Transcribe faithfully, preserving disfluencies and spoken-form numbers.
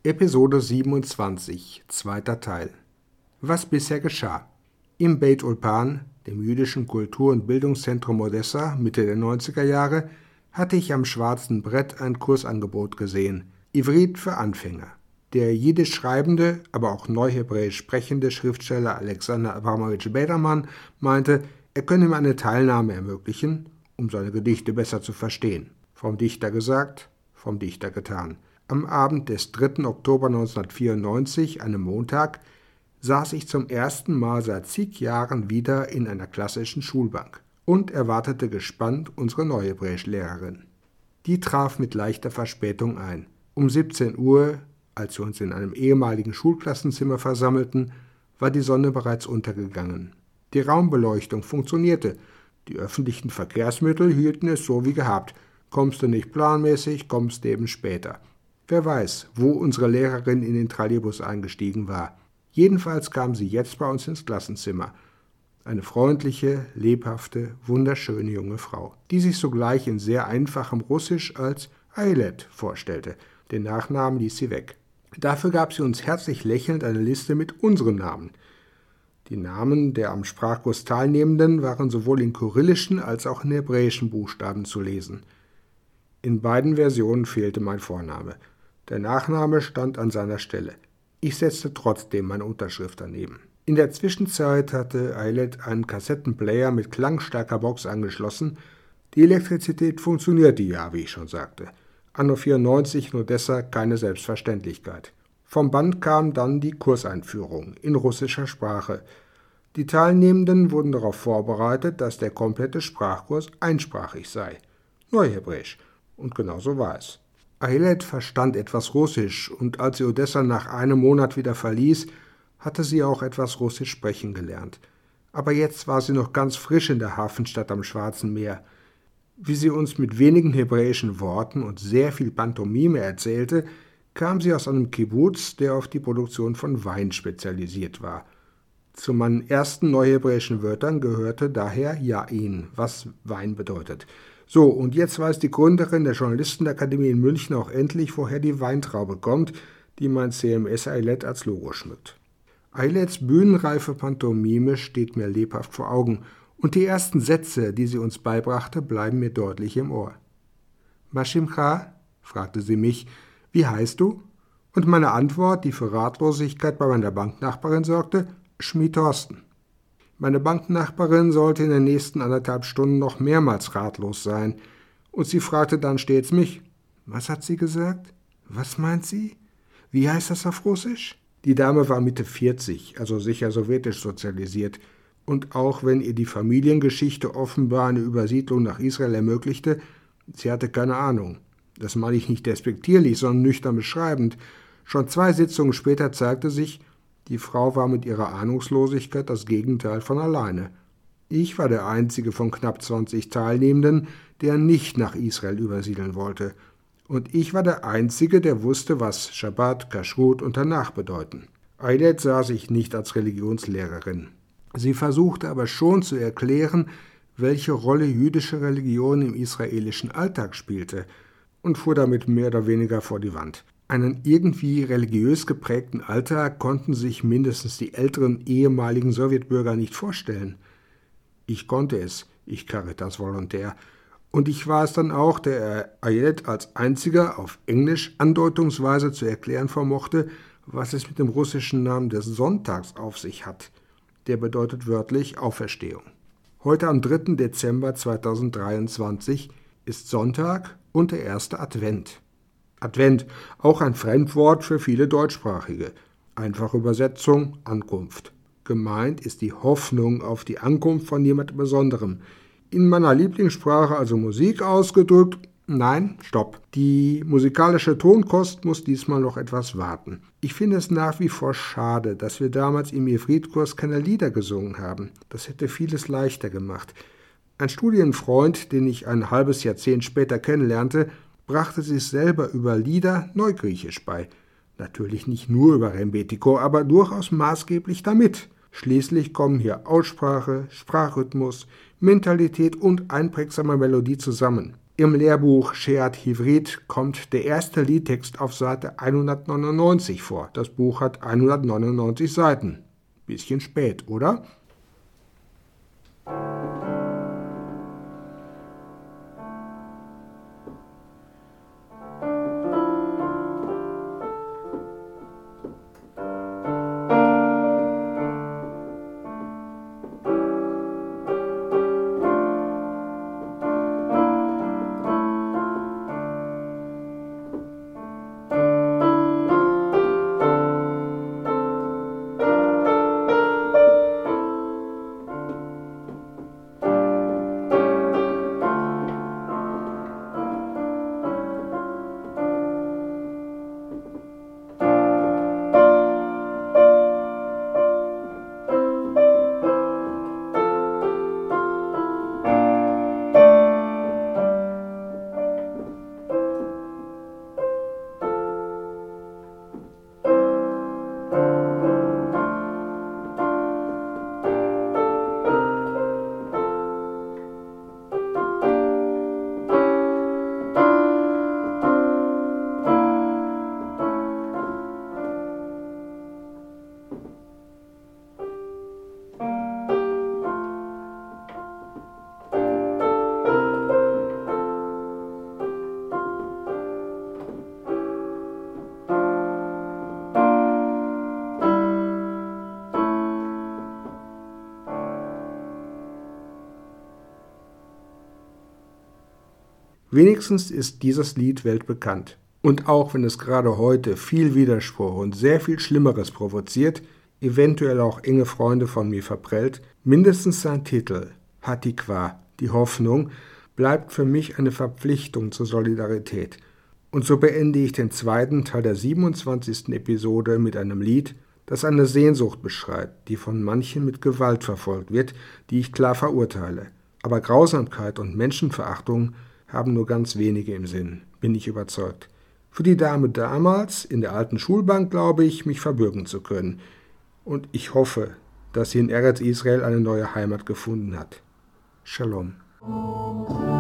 Episode siebenundzwanzig, zweiter Teil. Was bisher geschah. Im Beit Ulpan, dem jüdischen Kultur- und Bildungszentrum Odessa, Mitte der neunziger Jahre, hatte ich am schwarzen Brett ein Kursangebot gesehen. Ivrit für Anfänger. Der jiddisch schreibende, aber auch neuhebräisch sprechende Schriftsteller Alexander Abramowitsch Beidermann meinte, er könne mir eine Teilnahme ermöglichen, um seine Gedichte besser zu verstehen. Vom Dichter gesagt, vom Dichter getan. Am Abend des dritten Oktober neunzehnhundertvierundneunzig, einem Montag, saß ich zum ersten Mal seit zig Jahren wieder in einer klassischen Schulbank und erwartete gespannt unsere Neuhebräisch-Lehrerin. Die traf mit leichter Verspätung ein. Um siebzehn Uhr, als wir uns in einem ehemaligen Schulklassenzimmer versammelten, war die Sonne bereits untergegangen. Die Raumbeleuchtung funktionierte. Die öffentlichen Verkehrsmittel hielten es so wie gehabt. Kommst du nicht planmäßig, kommst du eben später. Wer weiß, wo unsere Lehrerin in den Trallybus eingestiegen war. Jedenfalls kam sie jetzt bei uns ins Klassenzimmer. Eine freundliche, lebhafte, wunderschöne junge Frau, die sich sogleich in sehr einfachem Russisch als Ailet vorstellte. Den Nachnamen ließ sie weg. Dafür gab sie uns herzlich lächelnd eine Liste mit unseren Namen. Die Namen der am Sprachkurs Teilnehmenden waren sowohl in kyrillischen als auch in hebräischen Buchstaben zu lesen. In beiden Versionen fehlte mein Vorname. Der Nachname stand an seiner Stelle. Ich setzte trotzdem meine Unterschrift daneben. In der Zwischenzeit hatte Ailet einen Kassettenplayer mit klangstarker Box angeschlossen. Die Elektrizität funktionierte ja, wie ich schon sagte. Anno vierundneunzig in Odessa keine Selbstverständlichkeit. Vom Band kam dann die Kurseinführung in russischer Sprache. Die Teilnehmenden wurden darauf vorbereitet, dass der komplette Sprachkurs einsprachig sei. Neuhebräisch. Und genau so war es. Ailet verstand etwas Russisch, und als sie Odessa nach einem Monat wieder verließ, hatte sie auch etwas Russisch sprechen gelernt. Aber jetzt war sie noch ganz frisch in der Hafenstadt am Schwarzen Meer. Wie sie uns mit wenigen hebräischen Worten und sehr viel Pantomime erzählte, kam sie aus einem Kibbuz, der auf die Produktion von Wein spezialisiert war. Zu meinen ersten neuhebräischen Wörtern gehörte daher Jain, was Wein bedeutet. So, und jetzt weiß die Gründerin der Journalistenakademie in München auch endlich, woher die Weintraube kommt, die mein C M S Ailet als Logo schmückt. Ailets bühnenreife Pantomime steht mir lebhaft vor Augen, und die ersten Sätze, die sie uns beibrachte, bleiben mir deutlich im Ohr. Mashimcha? Fragte sie mich. Wie heißt du? Und meine Antwort, die für Ratlosigkeit bei meiner Banknachbarin sorgte, Schmi Thorsten. Meine Banknachbarin sollte in den nächsten anderthalb Stunden noch mehrmals ratlos sein, und sie fragte dann stets mich, was hat sie gesagt? Was meint sie? Wie heißt das auf Russisch? Die Dame war Mitte vierzig, also sicher sowjetisch sozialisiert, und auch wenn ihr die Familiengeschichte offenbar eine Übersiedlung nach Israel ermöglichte, sie hatte keine Ahnung. Das meine ich nicht despektierlich, sondern nüchtern beschreibend. Schon zwei Sitzungen später zeigte sich, die Frau war mit ihrer Ahnungslosigkeit das Gegenteil von alleine. Ich war der einzige von knapp zwanzig Teilnehmenden, der nicht nach Israel übersiedeln wollte. Und ich war der Einzige, der wusste, was Schabbat, Kashrut und Tanach bedeuten. Ailet sah sich nicht als Religionslehrerin. Sie versuchte aber schon zu erklären, welche Rolle jüdische Religion im israelischen Alltag spielte, und fuhr damit mehr oder weniger vor die Wand. Einen irgendwie religiös geprägten Alltag konnten sich mindestens die älteren ehemaligen Sowjetbürger nicht vorstellen. Ich konnte es, ich Caritas Volontär, und ich war es dann auch, der Ailet als einziger auf Englisch andeutungsweise zu erklären vermochte, was es mit dem russischen Namen des Sonntags auf sich hat. Der bedeutet wörtlich Auferstehung. Heute am dritten Dezember zweitausenddreiundzwanzig ist Sonntag und der erste Advent. Advent, auch ein Fremdwort für viele Deutschsprachige. Einfache Übersetzung, Ankunft. Gemeint ist die Hoffnung auf die Ankunft von jemand Besonderem. In meiner Lieblingssprache also Musik ausgedrückt, nein, stopp. Die musikalische Tonkost muss diesmal noch etwas warten. Ich finde es nach wie vor schade, dass wir damals im Ivrit-Kurs keine Lieder gesungen haben. Das hätte vieles leichter gemacht. Ein Studienfreund, den ich ein halbes Jahrzehnt später kennenlernte, brachte sich selber über Lieder Neugriechisch bei. Natürlich nicht nur über Rembetiko, aber durchaus maßgeblich damit. Schließlich kommen hier Aussprache, Sprachrhythmus, Mentalität und einprägsame Melodie zusammen. Im Lehrbuch Sheat Hivrit kommt der erste Liedtext auf Seite hundertneunundneunzig vor. Das Buch hat hundertneunundneunzig Seiten. Bisschen spät, oder? Wenigstens ist dieses Lied weltbekannt. Und auch wenn es gerade heute viel Widerspruch und sehr viel Schlimmeres provoziert, eventuell auch enge Freunde von mir verprellt, mindestens sein Titel, Hatikwa, die Hoffnung, bleibt für mich eine Verpflichtung zur Solidarität. Und so beende ich den zweiten Teil der siebenundzwanzigsten Episode mit einem Lied, das eine Sehnsucht beschreibt, die von manchen mit Gewalt verfolgt wird, die ich klar verurteile. Aber Grausamkeit und Menschenverachtung haben nur ganz wenige im Sinn, bin ich überzeugt. Für die Dame damals, in der alten Schulbank, glaube ich, mich verbürgen zu können. Und ich hoffe, dass sie in Eretz Israel eine neue Heimat gefunden hat. Shalom.